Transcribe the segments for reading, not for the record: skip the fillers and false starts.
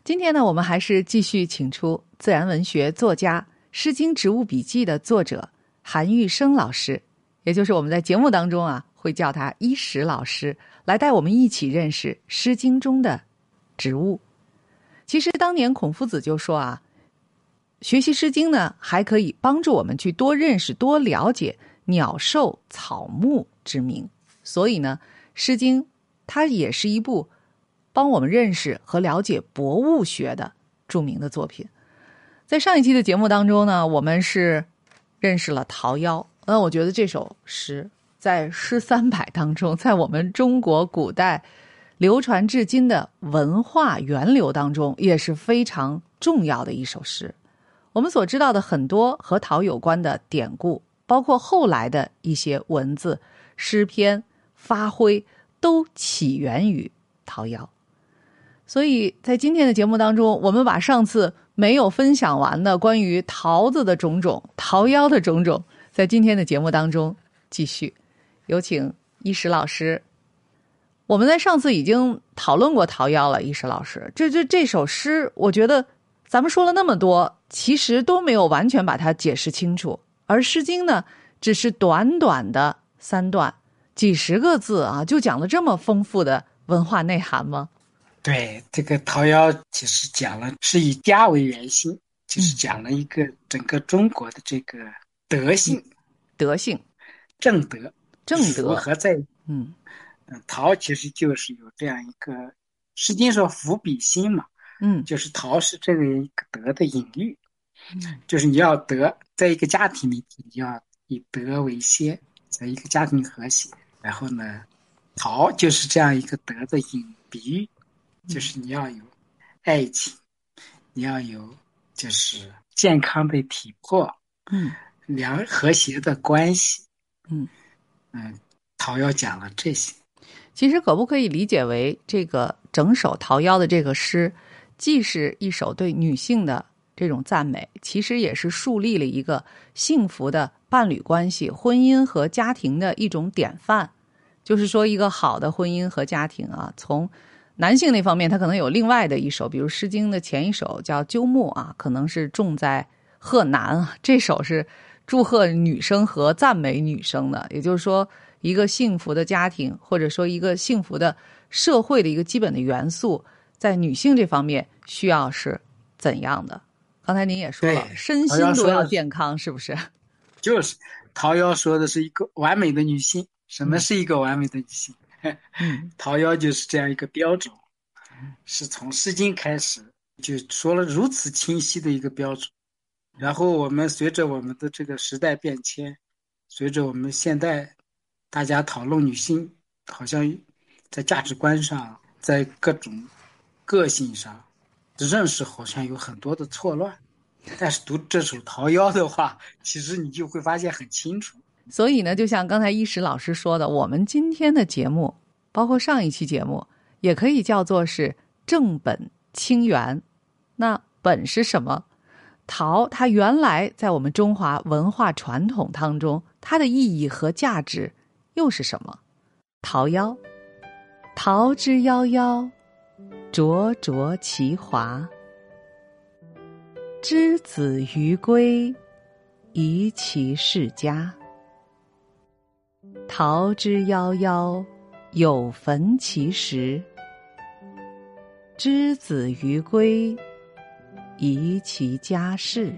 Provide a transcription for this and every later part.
今天呢，我们还是继续请出自然文学作家《诗经植物笔记》的作者韩玉生老师，也就是我们在节目当中会叫他伊石老师，来带我们一起认识《诗经》中的植物。其实当年孔夫子就说学习《诗经》呢，还可以帮助我们去多认识、多了解鸟兽草木之名。所以呢，《诗经》它也是一部帮我们认识和了解博物学的著名的作品。在上一期的节目当中呢，我们是认识了《桃夭》。那我觉得这首诗在诗300当中，在我们中国古代流传至今的文化源流当中，也是非常重要的一首诗。我们所知道的很多和桃有关的典故，包括后来的一些文字、诗篇、发挥，都起源于桃夭。所以在今天的节目当中，我们把上次没有分享完的关于桃子的种种、桃夭的种种，在今天的节目当中继续。有请伊石老师。我们在上次已经讨论过桃夭了，伊石老师，这首诗，我觉得咱们说了那么多，其实都没有完全把它解释清楚。而《诗经》呢，只是短短的3段，几十个字就讲了这么丰富的文化内涵吗？ 对，这个桃夭其实讲了是以家为原型，就是讲了一个整个中国的这个德性、 德性、 正德、 正德。 福和在。桃其实就是有这样一个《诗经》说福比心嘛，就是桃是这个一个德的隐喻，就是你要德，在一个家庭里你要以德为先，在一个家庭和谐。然后呢，桃就是这样一个德的比喻，就是你要有爱情，你要有就是健康的体魄，和谐的关系。桃夭讲了这些。 其实可不可以理解为，这个整首桃夭的这个诗，既是一首对女性的这种赞美，其实也是树立了一个幸福的伴侣关系、婚姻和家庭的一种典范。就是说，一个好的婚姻和家庭从男性那方面，他可能有另外的一首，比如《诗经》的前一首叫《鸠木》可能是重在贺男这首是祝贺女生和赞美女生的。也就是说，一个幸福的家庭，或者说一个幸福的社会的一个基本的元素，在女性这方面需要是怎样的？刚才您也说了，身心都要健康，是不是？ 就是桃夭说的是一个完美的女性。什么是一个完美的女性？桃夭就是这样一个标准，是从《诗经》开始就说了如此清晰的一个标准。然后我们随着我们的这个时代变迁，随着我们现代大家讨论女性，好像在价值观上，在各种个性上认识好像有很多的错乱。但是读这首桃夭的话，其实你就会发现很清楚。 所以呢，就像刚才伊石老师说的，我们今天的节目，包括上一期节目，也可以叫做是正本清源。那本是什么？桃它原来在我们中华文化传统当中，它的意义和价值又是什么？桃夭，桃之夭夭，灼灼其华。之子于归，宜其室家。桃之夭夭，有逢其实。之子于归，宜其家室。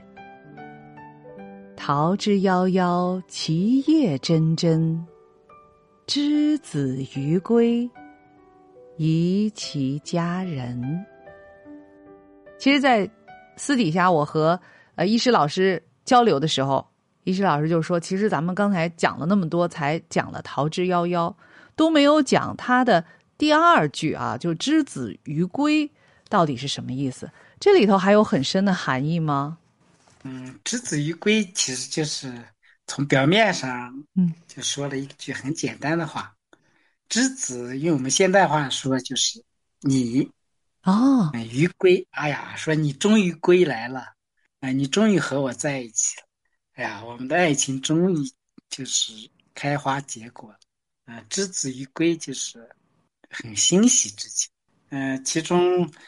桃之夭夭，其叶蓁蓁。之子于归，宜其家人。其实在私底下我和伊石老师交流的时候，伊石老师就说，其实咱们刚才讲了那么多，才讲了桃之夭夭，都没有讲它的第2句就之子于归到底是什么意思。这里头还有很深的含义吗？ 之子于归其实就是从表面上就说了一句很简单的话。之子用我们现代话说就是你于归，哎呀，说你终于归来了，你终于和我在一起了，哎呀，我们的爱情终于就是开花结果了。之子于归就是很欣喜之情。其中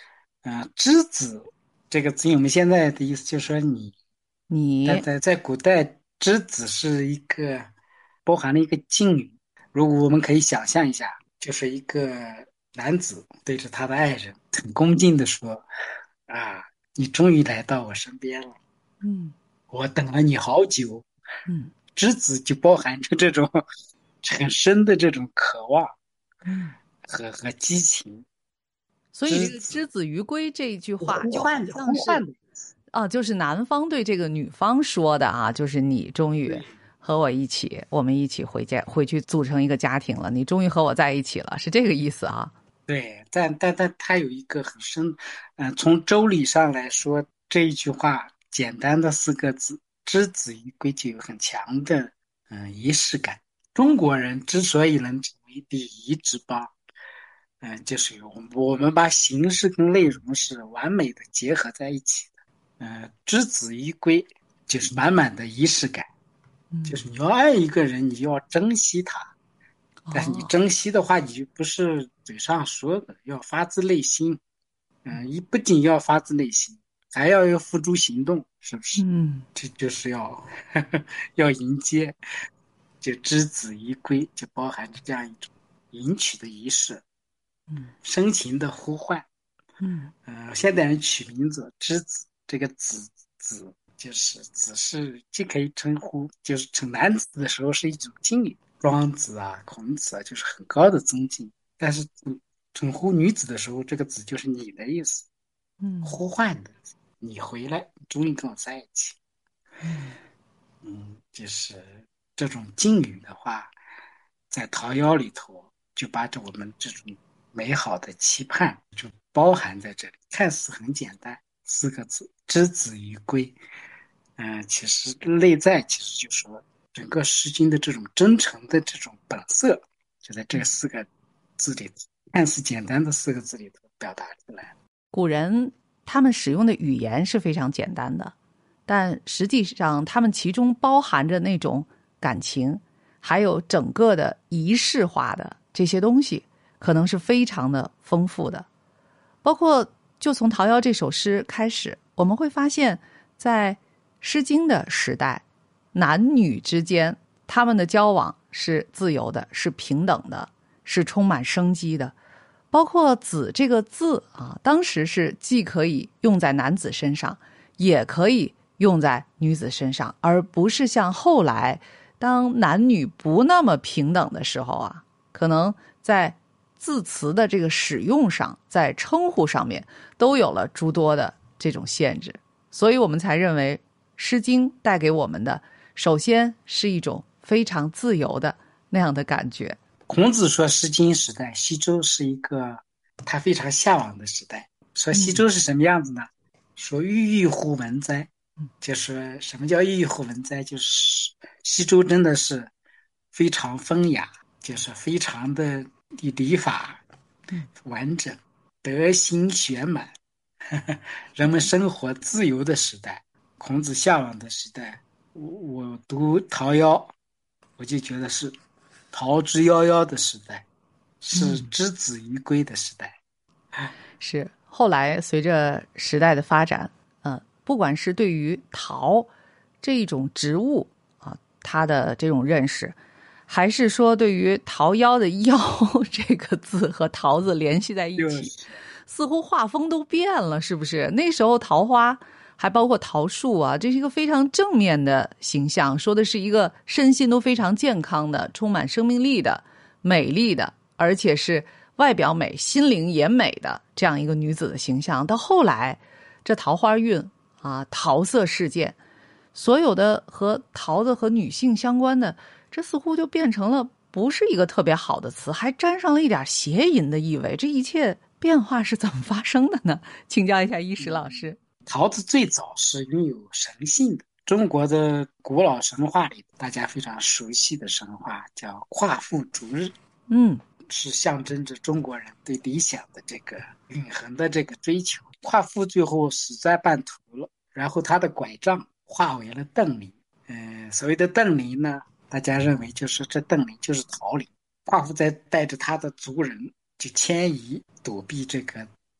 之子这个字，我们现在的意思就是说但你， 在古代，之子是一个包含了一个敬语。如果我们可以想象一下，就是一个男子对着他的爱人很恭敬地说：“啊，你终于来到我身边了， 嗯我等了你好久。” 嗯之子就包含着这种很深的这种渴望嗯。 和激情。 所以这个“之之子子于归”这一句话，就好呼唤像是的， 啊，就是男方对这个女方说的啊，就是你终于对和我一起，我们一起回去组成一个家庭了，你终于和我在一起了，是这个意思啊。 对，但它有一个很深，从周礼上来说，这一句话简单的4个字"之子于归"就有很强的仪式感。中国人之所以能成为礼仪之邦，就是我们把形式跟内容是完美的结合在一起的。之子于归就是满满的仪式感，就是你要爱一个人，你要珍惜他。但是你哦， 珍惜的话，你就不是嘴上说的，要发自内心。不仅要发自内心，还要付诸行动，是不是？ 嗯这就是要要迎接，就之子于归，就包含着这样一种迎娶的仪式， 嗯深情的呼唤。 嗯现代人取名字之子，这个子就是子是既可以称呼，就是称男子的时候是一种敬语，庄子啊、孔子啊，就是很高的尊敬。但是称呼女子的时候，这个子就是你的意思， 嗯呼唤的，你回来，终于跟我在一起。 嗯就是这种敬语的话，在《桃夭》里头就把我们这种美好的期盼就包含在这里。看似很简单，4个字“之子于归”，其实内在其实就说整个《诗经》的这种真诚的这种本色，就在这4个字里，看似简单的4个字里头表达出来了。 古人他们使用的语言是非常简单的，但实际上他们其中包含着那种感情，还有整个的仪式化的这些东西，可能是非常的丰富的。包括就从《桃夭》这首诗开始，我们会发现，在《诗经》的时代，男女之间他们的交往是自由的，是平等的，是充满生机的。包括"子"这个字啊，当时是既可以用在男子身上，也可以用在女子身上，而不是像后来当男女不那么平等的时候啊，可能在字词的这个使用上，在称呼上面都有了诸多的这种限制，所以我们才认为《诗经》带给我们的，首先是一种非常自由的那样的感觉。 孔子说，《诗经》时代，西周是一个他非常向往的时代。说西周是什么样子呢？说郁郁乎文哉，就是什么叫郁郁乎文哉？就是西周真的是非常风雅，就是非常的礼法完整，德行圆满，人们生活自由的时代，孔子向往的时代。我读《桃夭》，我就觉得是桃之夭夭的时代，是之子于归的时代。 是后来随着时代的发展，不管是对于桃这一种植物啊，它的这种认识，还是说对于桃夭的夭这个字和桃子联系在一起，似乎画风都变了，是不是？那时候桃花还包括桃树啊，这是一个非常正面的形象，说的是一个身心都非常健康的、充满生命力的、美丽的，而且是外表美、心灵也美的这样一个女子的形象。到后来，这桃花运啊，桃色事件，所有的和桃子和女性相关的，这似乎就变成了不是一个特别好的词，还沾上了一点邪淫的意味。这一切变化是怎么发生的呢？请教一下伊石老师。 桃子最早是拥有神性的。中国的古老神话里，大家非常熟悉的神话叫夸父逐日，是象征着中国人对理想的这个永恒的这个追求。夸父最后死在半途了，然后他的拐杖化为了邓林。所谓的邓林呢，大家认为就是这邓林就是桃林。夸父在带着他的族人就迁移躲避这个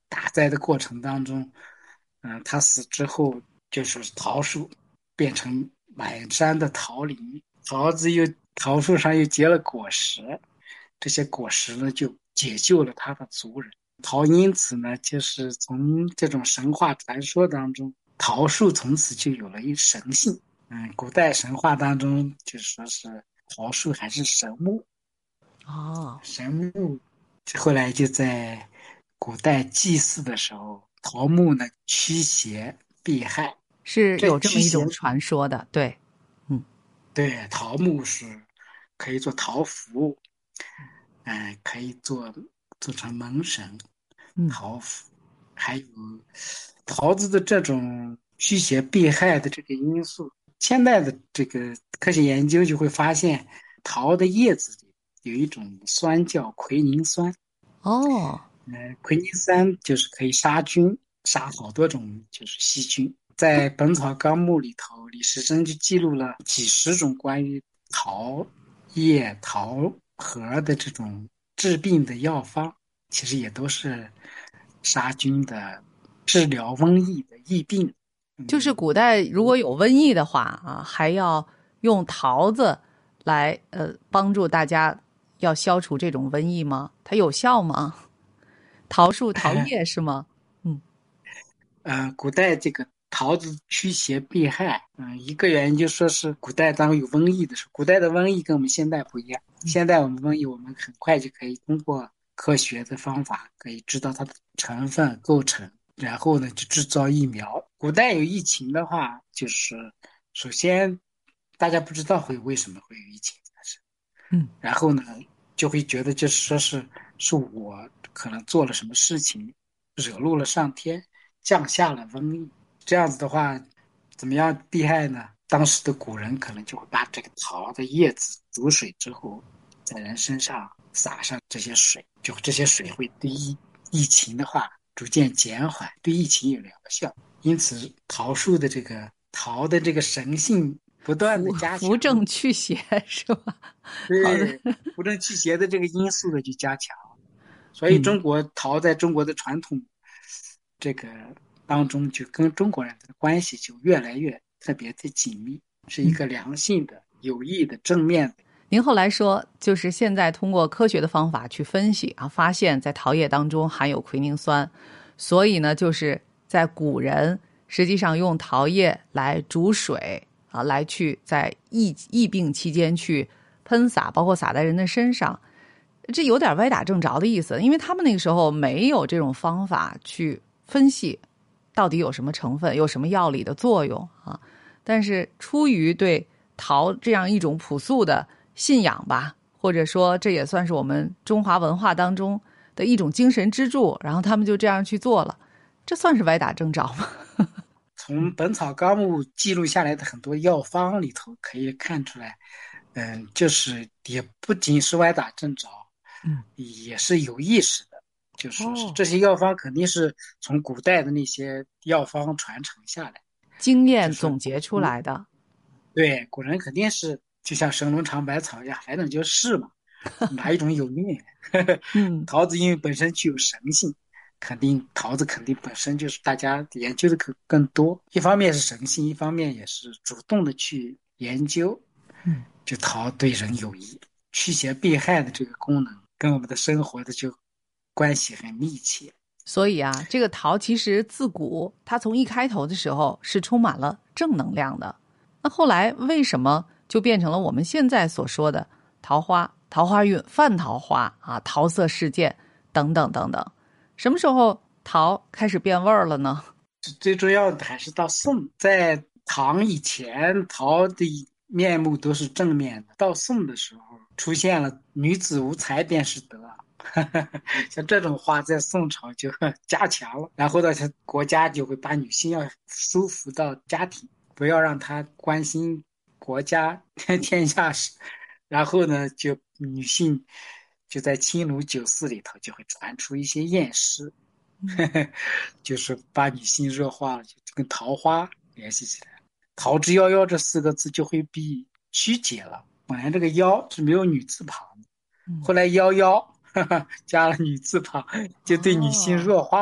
打栽的过程当中，他死之后就是桃树变成满山的桃林，桃树上又结了果实，这些果实呢就解救了他的族人。桃因此呢，就是从这种神话传说当中，桃树从此就有了一神性。古代神话当中就说是桃树还是神木。 哦， 神木后来就在古代祭祀的时候，桃木呢驱邪避害。 是有这么这驱邪， 一种传说的，对， 对，桃木是可以做桃符，可以做成门神、 嗯， 桃符，还有桃子的这种驱邪避害的这个因素。现在的这个科学研究就会发现，桃的叶子里有一种酸叫奎宁酸。 哦， 奎宁酸就是可以杀菌，杀好多种就是细菌。在《本草纲目》里头，李时珍就记录了几十种关于桃叶、桃核的这种治病的药方，其实也都是杀菌的、治疗瘟疫的疫病。 就是古代如果有瘟疫的话啊，还要用桃子来帮助大家要消除这种瘟疫吗？它有效吗？桃树、桃叶是吗？嗯， 古代这个桃子驱邪避害，一个原因就说是古代当有瘟疫的时候，古代的瘟疫跟我们现在不一样。现在我们瘟疫，我们很快就可以通过科学的方法可以知道它的成分构成，然后呢就制造疫苗。古代有疫情的话，就是首先大家不知道为什么会有疫情， 嗯， 然后呢就会觉得就是说是我可能做了什么事情，惹怒了上天，降下了瘟疫。这样子的话，怎么样避害呢？当时的古人可能就会把这个桃的叶子煮水之后，在人身上洒上这些水，就这些水会对疫情的话逐渐减缓，对疫情有疗效。因此，桃的这个神性不断的加强， 扶正祛邪是吧？好的， 对扶正祛邪的这个因素呢就加强。所以嗯。 桃在中国的传统这个当中，就跟中国人的关系就越来越特别的紧密，是一个良性的、有益的、正面的。 您后来说，就是现在通过科学的方法去分析啊，发现在桃叶当中含有奎宁酸，所以呢，就是在古人实际上用桃叶来煮水啊，来去在疫病期间去喷洒，包括洒在人的身上，这有点歪打正着的意思，因为他们那个时候没有这种方法去分析到底有什么成分，有什么药理的作用啊。但是出于对桃这样一种朴素的信仰吧，或者说这也算是我们中华文化当中的一种精神支柱，然后他们就这样去做了，这算是歪打正着吗？ 从《本草纲目》记录下来的很多药方里头可以看出来，就是也不仅是歪打正着， 嗯， 也是有意识的，就说是哦， 这些药方肯定是从古代的那些药方传承下来， 经验就是总结出来的， 对，古人肯定是就像神农尝百草一样，反正就是试嘛，哪一种有用。 嗯。 桃子因为本身具有神性，桃子肯定本身就是大家研究的更多。一方面是神性，一方面也是主动的去研究。 嗯， 就桃对人有益、驱邪避害的这个功能，跟我们的生活的就关系很密切。 所以啊，这个桃其实自古它从一开头的时候是充满了正能量的。那后来为什么就变成了我们现在所说的桃花、桃花运、犯桃花啊、桃色事件等等等等？什么时候桃开始变味儿了呢？ 最重要的还是到宋，在唐以前，桃的面目都是正面的。到宋的时候，出现了“女子无才便是德”，像这种话在宋朝就加强了。然后呢，国家就会把女性要束缚到家庭，不要让她关心国家天下事。然后呢，就女性就在青楼酒肆里头就会传出一些艳诗，就是把女性弱化了，就跟桃花联系起来。桃之夭夭这四个字就会被曲解了。本来这个夭是没有女字旁的，后来夭夭加了女字旁，就对女性哦， 弱化了。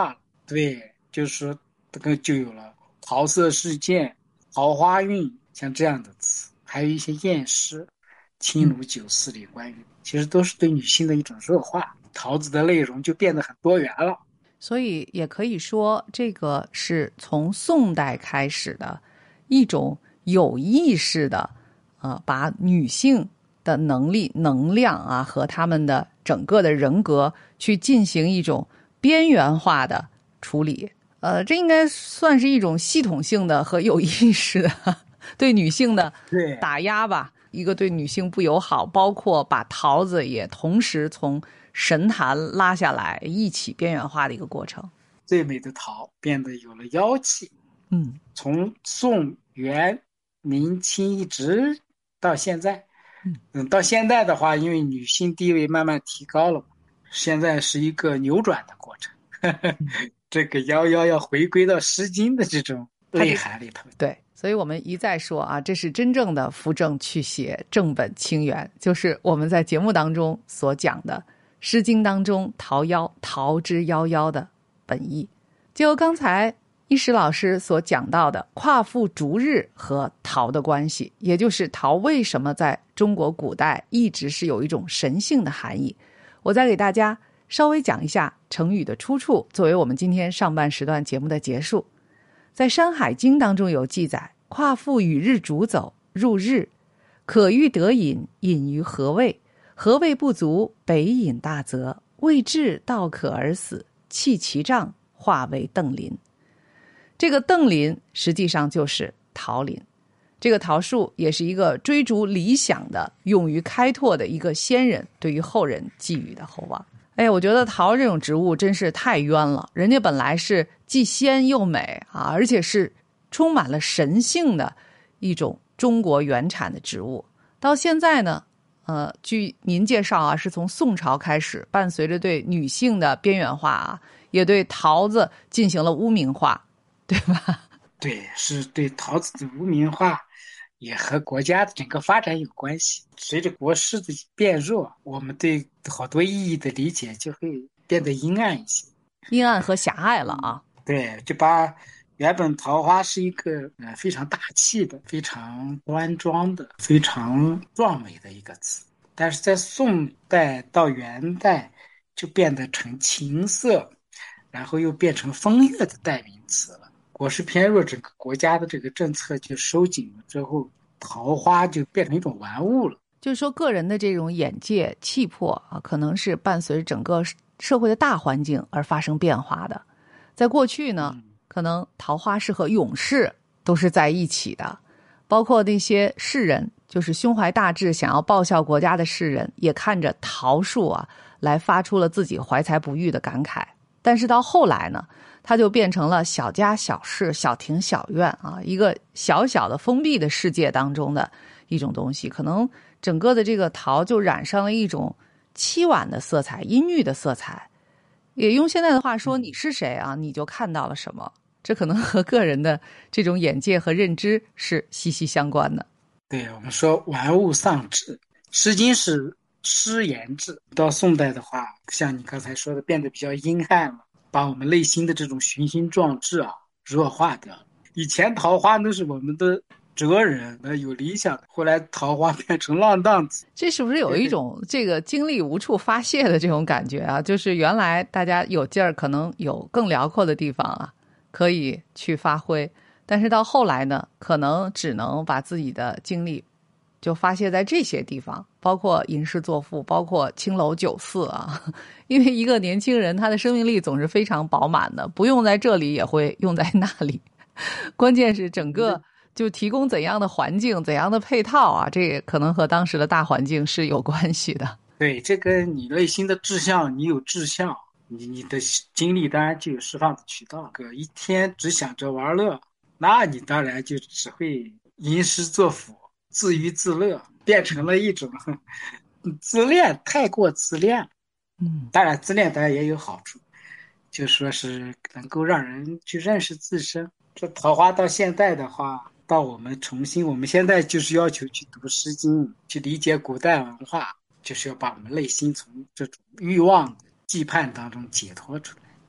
对，就是说这个就有了桃色事件、桃花运像这样的词，还有一些艳诗、青嗯。 庐酒肆里关羽，其实都是对女性的一种弱化。桃子的内容就变得很多元了。 所以也可以说，这个是从宋代开始的一种有意识的，把女性的能力、能量啊和她们的整个的人格去进行一种边缘化的处理。这应该算是一种系统性的和有意识的对女性的对， 打压吧。一个对女性不友好，包括把桃子也同时从神坛拉下来，一起边缘化的一个过程。 最美的桃变得有了妖气。 嗯， 从宋元明清一直到现在，到现在的话，因为女性地位慢慢提高了，现在是一个扭转的过程。这个夭夭要回归到《诗经》的这种内涵里头。 对，所以我们一再说啊，这是真正的扶正祛邪、正本清源，就是我们在节目当中所讲的《诗经》当中桃夭、桃之夭夭的本意。就刚才一石老师所讲到的夸父逐日和桃的关系，也就是桃为什么在中国古代一直是有一种神性的含义，我再给大家稍微讲一下成语的出处，作为我们今天上半时段节目的结束。在《山海经》当中有记载，夸父与日逐走，入日，可欲得饮，饮于河渭，河渭不足，北饮大泽，未至道可而死，弃其杖，化为邓林。这个邓林实际上就是桃林，这个桃树也是一个追逐理想的、勇于开拓的一个先人对于后人寄予的厚望。哎，我觉得桃这种植物真是太冤了，人家本来是既鲜又美啊，而且是充满了神性的一种中国原产的植物。到现在呢，据您介绍啊，是从宋朝开始，伴随着对女性的边缘化啊，也对桃子进行了污名化，对吧？ 对，是对桃子的污名化，也和国家的整个发展有关系。随着国势的变弱，我们对好多意义的理解就会变得阴暗一些。 阴暗和狭隘了啊。 对，就把原本桃花是一个非常大气的、非常端庄的、非常壮美的一个词，但是在宋代到元代就变得成情色，然后又变成风月的代名词了。国势偏弱，整个国家的这个政策就收紧了之后，桃花就变成一种玩物了。 就是说，个人的这种眼界、气魄啊，可能是伴随整个社会的大环境而发生变化的。在过去呢，可能桃花是和勇士都是在一起的，包括那些士人，就是胸怀大志、想要报效国家的士人，也看着桃树啊，来发出了自己怀才不遇的感慨。但是到后来呢，它就变成了小家小室、小庭小院啊，一个小小的封闭的世界当中的一种东西，可能整个的这个桃就染上了一种凄婉的色彩、阴郁的色彩。也用现在的话说，你是谁啊，你就看到了什么。这可能和个人的这种眼界和认知是息息相关的。 对，我们说玩物丧志，《诗经》是诗言志，到宋代的话，像你刚才说的，变得比较阴暗了，把我们内心的这种雄心壮志啊弱化掉了。以前桃花都是我们的哲人，有理想的，后来桃花变成浪荡子。 这是不是有一种这个精力无处发泄的这种感觉啊？就是原来大家有劲儿，可能有更辽阔的地方啊，可以去发挥，但是到后来呢，可能只能把自己的精力就发泄在这些地方，包括吟诗作赋，包括青楼酒肆啊。因为一个年轻人他的生命力总是非常饱满的，不用在这里也会用在那里。关键是整个就提供怎样的环境、怎样的配套啊，这也可能和当时的大环境是有关系的。 对，这个你内心的志向，你有志向，你的精力当然就有释放的渠道。一天只想着玩乐，那你当然就只会吟诗作赋、自娱自乐，变成了一种自恋，太过自恋。当然自恋当然也有好处，就说是能够让人去认识自身。这桃花到现在的话，到我们现在就是要求去读《诗经》，去理解古代文化，就是要把我们内心从这种欲望、羁绊当中解脱出来。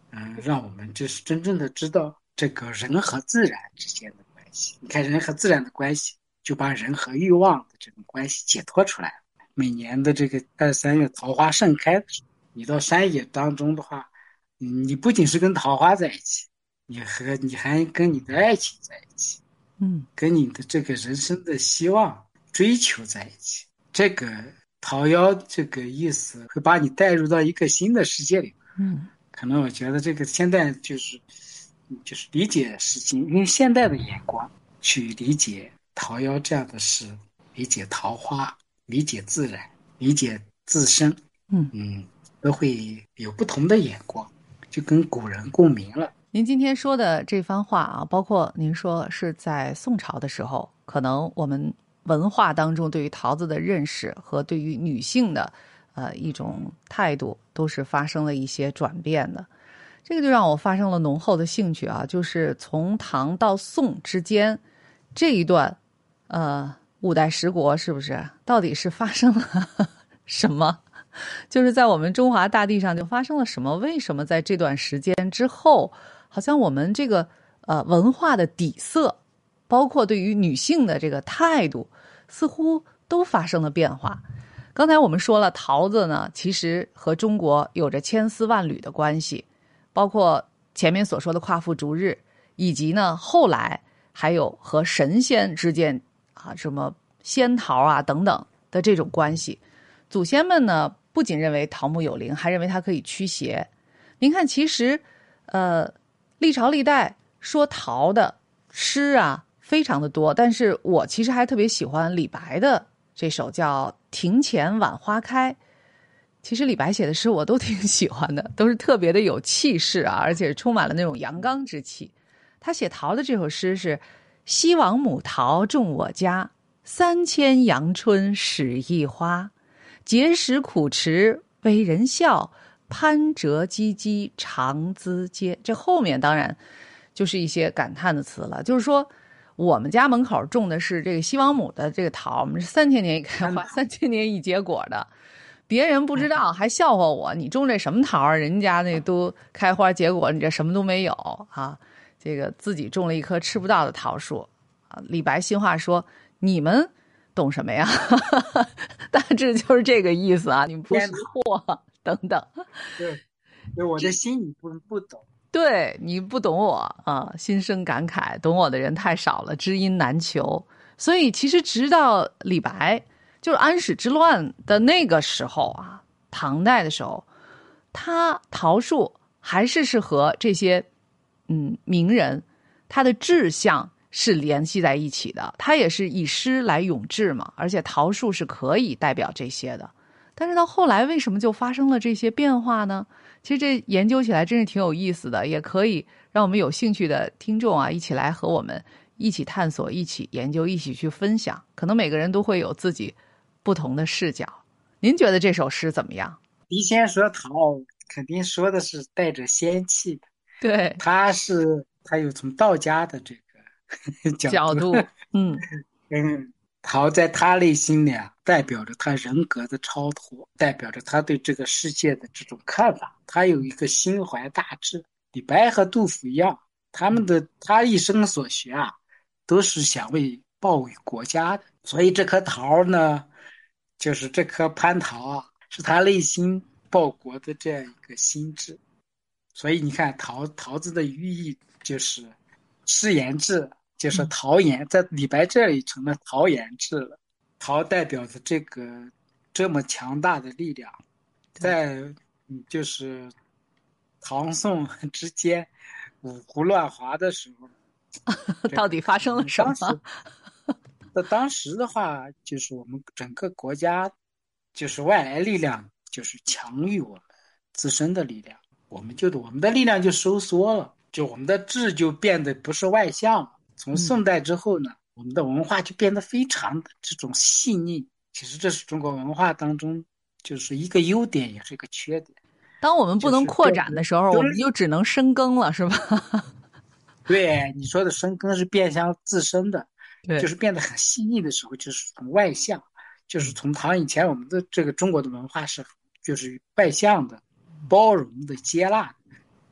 让我们就是真正的知道这个人和自然之间的关系。你看人和自然的关系，就把人和欲望的这种关系解脱出来了。每年的这个2、3月桃花盛开的时候，你到山野当中的话，你不仅是跟桃花在一起，你还跟你的爱情在一起，跟你的这个人生的希望追求在一起。这个桃夭这个意思会把你带入到一个新的世界里。可能我觉得这个现在就是理解事情，用现代的眼光去理解桃夭这样的事，理解桃花，理解自然，理解自身，都会有不同的眼光，就跟古人共鸣了。 您今天说的这番话啊，包括您说是在宋朝的时候，可能我们文化当中对于桃子的认识和对于女性的一种态度，都是发生了一些转变的。这个就让我发生了浓厚的兴趣啊，就是从唐到宋之间这一段五代十国是不是到底是发生了什么？就是在我们中华大地上就发生了什么？为什么在这段时间之后，好像我们这个文化的底色，包括对于女性的这个态度，似乎都发生了变化。刚才我们说了，桃子呢，其实和中国有着千丝万缕的关系，包括前面所说的夸父逐日，以及呢后来还有和神仙之间什么仙桃啊等等的这种关系。祖先们呢，不仅认为桃木有灵，还认为它可以驱邪。您看，其实历朝历代说桃的诗啊非常的多，但是我其实还特别喜欢李白的这首叫《庭前晚花开》。其实李白写的诗我都挺喜欢的，都是特别的有气势啊，而且充满了那种阳刚之气。他写桃的这首诗是西王母桃种我家，3000阳春始一花，碣石苦池为人笑，攀折唧唧长姿阶。这后面当然就是一些感叹的词了，就是说我们家门口种的是这个西王母的这个桃，我们是3000年一开花，3000年一结果的。别人不知道还笑话我，你种这什么桃啊？人家那都开花结果，你这什么都没有啊！这个自己种了一棵吃不到的桃树啊！李白新话说：“你们懂什么呀？”大致就是这个意思啊！你们不识货等等。 对，我的心你不懂。 对，你不懂我啊，心生感慨，懂我的人太少了，知音难求。所以其实直到李白，就是安史之乱的那个时候啊，唐代的时候，他桃树还是和这些名人他的志向是联系在一起的，他也是以诗来咏志嘛，而且桃树是可以代表这些的。但是到后来为什么就发生了这些变化呢？其实这研究起来真是挺有意思的，也可以让我们有兴趣的听众啊一起来和我们一起探索，一起研究，一起去分享。可能每个人都会有自己不同的视角。您觉得这首诗怎么样？ 你先说桃，肯定说的是带着仙气的。 对， 它有从道家的这个角度， 嗯， 桃在他内心里啊，代表着他人格的超脱，代表着他对这个世界的这种看法。他有一个心怀大志。李白和杜甫一样，他一生所学啊，都是想报为国家的。所以这颗桃呢，就是这颗蟠桃啊，是他内心报国的这样一个心智。所以你看桃子的寓意就是诗言志，就是桃言，在李白这里成了桃言志了。桃代表着这个这么强大的力量，在就是唐宋之间五胡乱华的时候， 到底发生了什么？ 当时的话，就是我们整个国家，就是外来力量就是强于我们自身的力量，我们的力量就收缩了，就我们的志就变得不是外向了。从宋代之后呢，我们的文化就变得非常的这种细腻。其实这是中国文化当中就是一个优点，也是一个缺点。 当我们不能扩展的时候，我们就只能深耕了，是吧？ 对，你说的深耕是变相自身的， 对， 就是变得很细腻的时候，就是从外向，就是从唐以前我们的这个中国的文化是就是外向的、包容的、接纳的。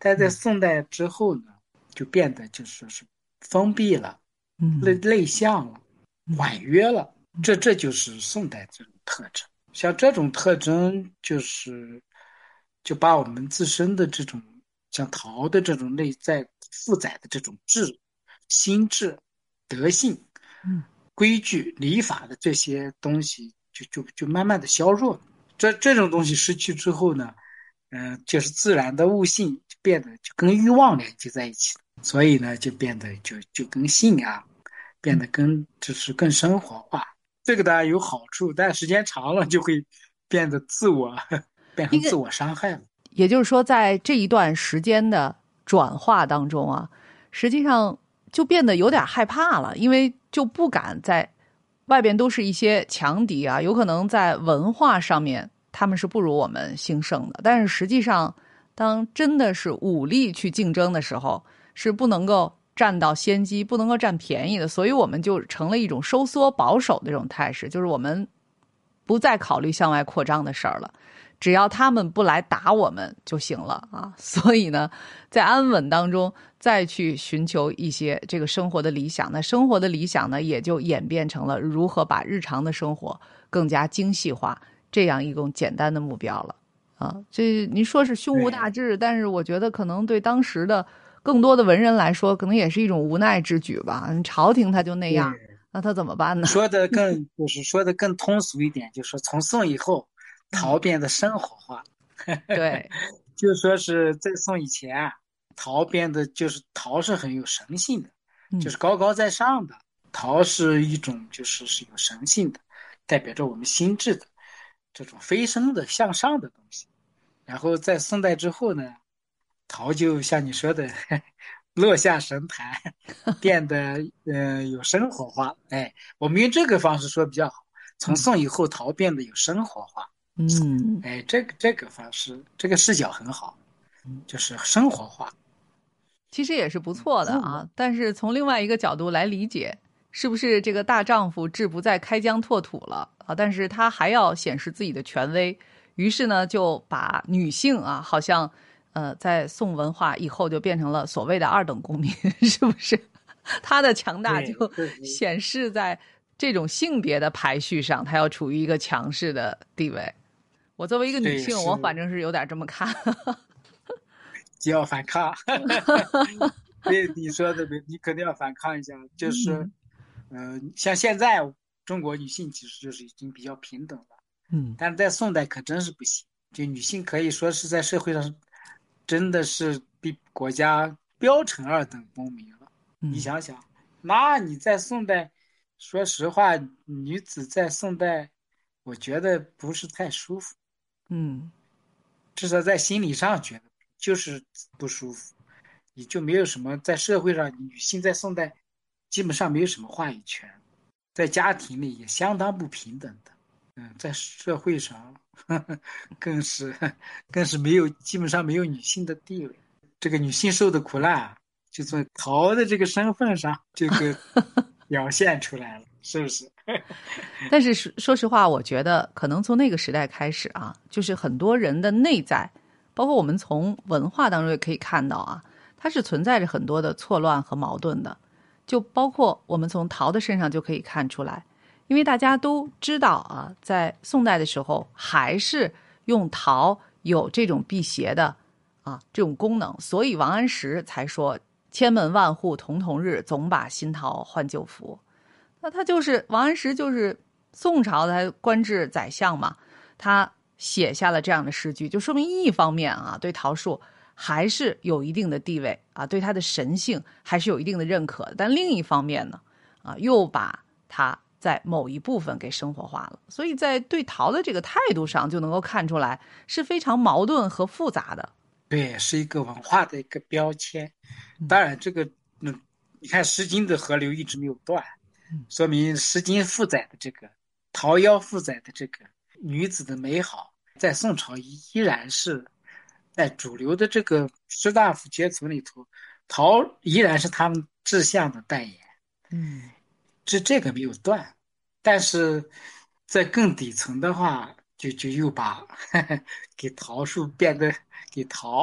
但在宋代之后呢，就变得就是说是封闭了，内向了，婉约了。这就是宋代这种特征。像这种特征，就把我们自身的这种像陶的这种内在负载的这种心智、德性、规矩、礼法的这些东西，就慢慢的削弱了。这种东西失去之后呢，就是自然的悟性就变得就跟欲望连接在一起了，所以呢，就变得就跟性啊，变得就是更生活化。这个当然有好处，但时间长了就会变得变成自我伤害了。 也就是说，在这一段时间的转化当中啊，实际上就变得有点害怕了，因为就不敢在外边都是一些强敌啊，有可能在文化上面他们是不如我们兴盛的，但是实际上，当真的是武力去竞争的时候，是不能够占到先机，不能够占便宜的，所以我们就成了一种收缩保守的这种态势，就是我们不再考虑向外扩张的事儿了。只要他们不来打我们就行了啊！所以呢，在安稳当中再去寻求一些这个生活的理想，那生活的理想呢，也就演变成了如何把日常的生活更加精细化这样一种简单的目标了啊！这您说是胸无大志，但是我觉得可能对当时的更多的文人来说，可能也是一种无奈之举吧。朝廷他就那样，那他怎么办呢？ 说的更通俗一点，就是说从宋以后，陶变得生活化。 对， 就说是在宋以前啊，陶变得就是陶是很有神性的，就是高高在上的。陶是一种是有神性的，代表着我们心智的这种飞升的向上的东西。然后在宋代之后呢，陶就像你说的落下神坛，变得有生活化。哎，我们用这个方式说比较好。从宋以后，陶变得有生活化。哎，这个方式，这个视角很好，就是生活化， 其实也是不错的自我。 啊。但是从另外一个角度来理解，是不是这个大丈夫志不再开疆拓土了啊？但是他还要显示自己的权威，于是呢，就把女性啊，好像在宋文化以后就变成了所谓的二等公民，是不是？他的强大就显示在这种性别的排序上，他要处于一个强势的地位。我作为一个女性，我反正是有点这么看。 就要反抗。对你说的，你肯定要反抗一下。就是，像现在中国女性其实就是已经比较平等了，但是在宋代可真是不行。就女性可以说是在社会上真的是被国家标成二等公民了。你想想，那你在宋代，说实话，女子在宋代，我觉得不是太舒服。至少在心理上觉得就是不舒服。你就没有什么在社会上，女性在宋代基本上没有什么话语权，在家庭里也相当不平等的。在社会上更是没有，基本上没有女性的地位。这个女性受的苦难，就从陶的这个身份上这个表现出来了，是不是？ 但是说实话，我觉得可能从那个时代开始啊，就是很多人的内在，包括我们从文化当中也可以看到啊，它是存在着很多的错乱和矛盾的。就包括我们从陶的身上就可以看出来，因为大家都知道啊，在宋代的时候还是用陶有这种辟邪的这种功能，所以王安石才说千门万户曈曈日，总把新陶换旧符。那他就是王安石，就是宋朝的官至宰相嘛，他写下了这样的诗句，就说明一方面啊，对陶树还是有一定的地位啊，对他的神性还是有一定的认可的。但另一方面呢，又把他在某一部分给生活化了，所以在对陶的这个态度上，就能够看出来是非常矛盾和复杂的。 对，是一个文化的一个标签。当然，这个你看《诗经》的河流一直没有断，说明《诗经》负载的这个陶窑负载的这个女子的美好，在宋朝依然是在主流的这个士大夫阶层里头，陶依然是他们志向的代言。这个没有断，但是在更底层的话，就又把给桃树变得给桃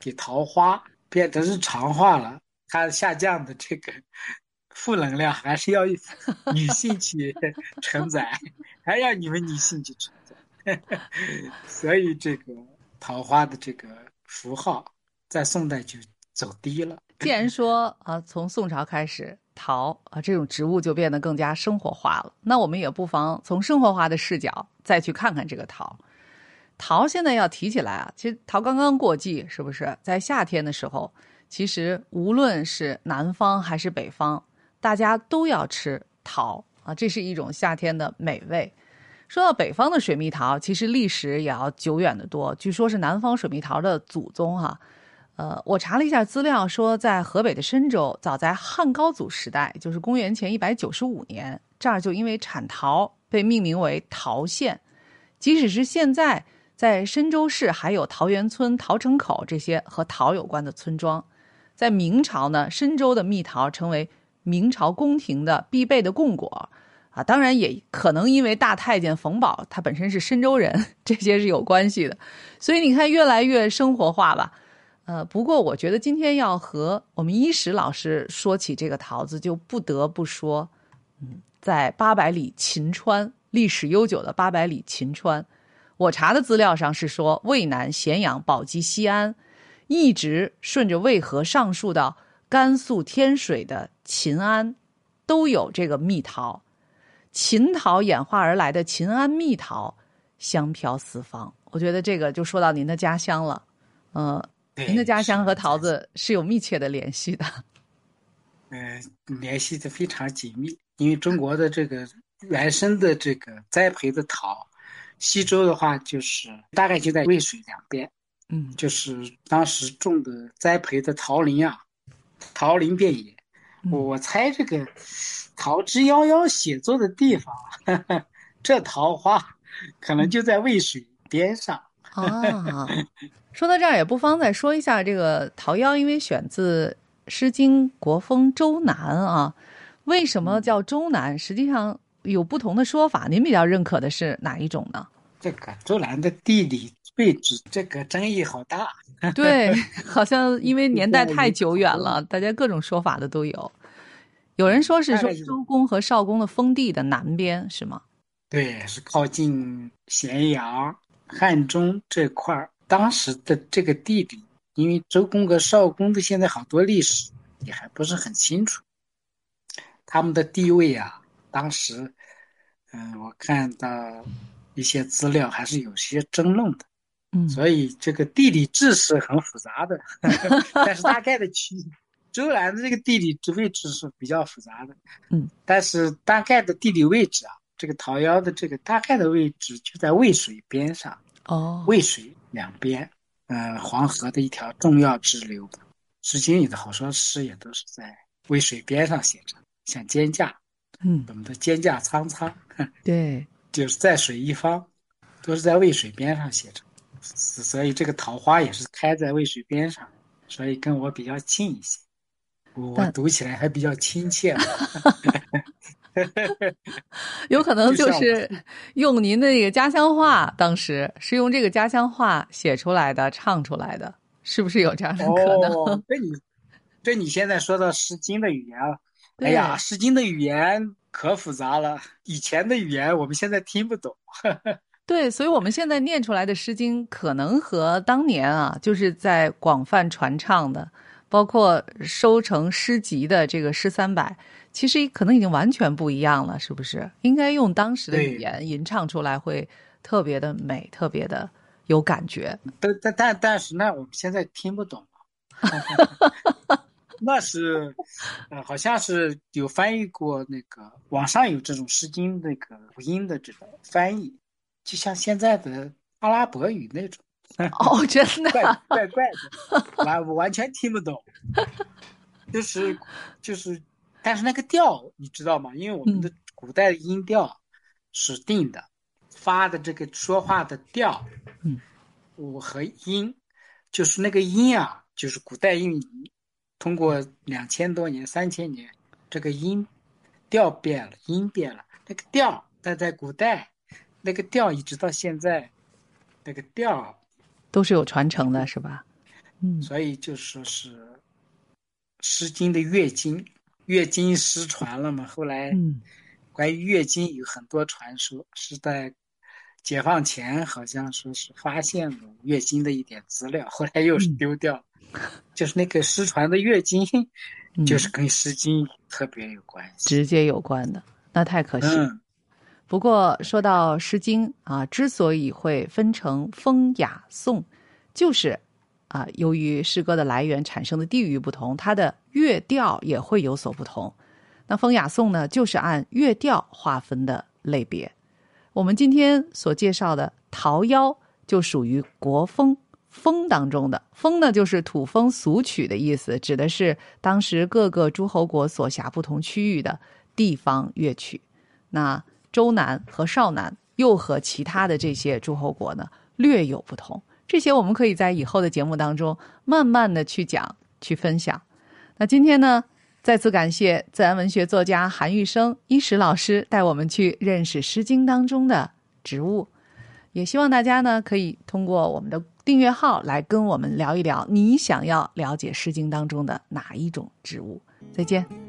给桃花变得日常化了，它下降的这个负能量还是要女性去承载，还要你们女性去承载。所以这个桃花的这个符号在宋代就走低了。 既然说啊，从宋朝开始，桃啊这种植物就变得更加生活化了，那我们也不妨从生活化的视角再去看看这个桃。桃现在要提起来啊，其实桃刚刚过季，是不是？在夏天的时候，其实无论是南方还是北方，大家都要吃桃啊，这是一种夏天的美味。说到北方的水蜜桃，其实历史也要久远得多，据说是南方水蜜桃的祖宗哈。我查了一下资料，说在河北的申州，早在汉高祖时代，就是公元前195年，这儿就因为产桃被命名为桃县。即使是现在，在申州市还有桃源村、桃城口这些和桃有关的村庄。在明朝呢，申州的蜜桃成为明朝宫廷的必备的供果啊，当然也可能因为大太监冯保他本身是申州人，这些是有关系的。所以你看，越来越生活化吧。不过我觉得今天要和我们伊始老师说起这个桃子，就不得不说，在800里秦川，历史悠久的800里秦川，我查的资料上是说，渭南、咸阳、宝鸡、西安，一直顺着渭河上溯到甘肃天水的秦安，都有这个蜜桃。秦桃演化而来的秦安蜜桃，香飘四方。我觉得这个就说到您的家乡了，您的家乡和桃子是有密切的联系的。 联系的非常紧密，因为中国的这个原生的这个栽培的桃，西周的话就是大概就在渭水两边，就是当时种的栽培的桃林啊，桃林遍野。我猜这个桃之夭夭写作的地方，这桃花可能就在渭水边上。 啊，说到这儿，也不妨再说一下这个桃夭，因为选自《诗经·国风·周南》啊。为什么叫周南？实际上有不同的说法，您比较认可的是哪一种呢？ 这个周南的地理位置，这个争议好大。 对，好像因为年代太久远了，大家各种说法的都有。有人说是说周公和少公的封地的南边，是吗？ 对，是靠近咸阳、汉中这块儿。当时的这个地理，因为周公和少公的现在好多历史也还不是很清楚，他们的地位啊，当时，我看到一些资料还是有些争论的。所以这个地理志是很复杂的，但是大概的区域，周南的这个地理位置是比较复杂的，但是大概的地理位置啊，这个桃夭的这个大概的位置就在渭水边上，渭水两边，黄河的一条重要支流，《诗经》里的好多诗也都是在渭水边上写着，像蒹葭，我们的蒹葭苍苍， 对， 就是在水一方，都是在渭水边上写着。所以这个桃花也是开在渭水边上，所以跟我比较近一些，我读起来还比较亲切。 有可能就是用您的那个家乡话，当时是用这个家乡话写出来的、唱出来的，是不是有这样的可能？ 对你现在说到《诗经》的语言了，哎呀，《诗经》的语言可复杂了，以前的语言我们现在听不懂。 对，所以我们现在念出来的《诗经》，可能和当年啊，就是在广泛传唱的，包括收成诗集的这个《诗300》，其实可能已经完全不一样了，是不是？应该用当时的语言吟唱出来，会特别的美，特别的有感觉。 但是呢，我们现在听不懂。那是，好像是有翻译过那个网上有这种《诗经》那个读音的这种翻译。就像现在的阿拉伯语那种， 哦，真的， 怪的，我完全听不懂。就是，但是那个调你知道吗？因为我们的古代的音调是定的，发的这个说话的调，我和音，就是那个音啊，就是古代音仪，通过2000多年、3000年，这个音调变了，音变了，那个调，但在古代。那个调一直到现在，那个调都是有传承的，是吧？ 所以就说是《诗经》的乐经，乐经失传了嘛，后来关于乐经有很多传说，是在解放前好像说是发现了乐经的一点资料，后来又是丢掉，就是那个失传的乐经，就是跟《诗经》特别有关系， 直接有关的，那太可惜。不过说到《诗经》啊，之所以会分成风雅颂，就是由于诗歌的来源产生的地域不同，它的乐调也会有所不同。那风雅颂呢，就是按乐调划分的类别。我们今天所介绍的《桃夭》就属于国风风当中的。风呢，就是土风俗曲的意思，指的是当时各个诸侯国所辖不同区域的地方乐曲。那周南和邵南又和其他的这些诸侯国呢略有不同，这些我们可以在以后的节目当中慢慢的去讲去分享。那今天呢，再次感谢自然文学作家韩玉生伊石老师带我们去认识《诗经》当中的植物，也希望大家呢可以通过我们的订阅号来跟我们聊一聊，你想要了解《诗经》当中的哪一种植物。再见。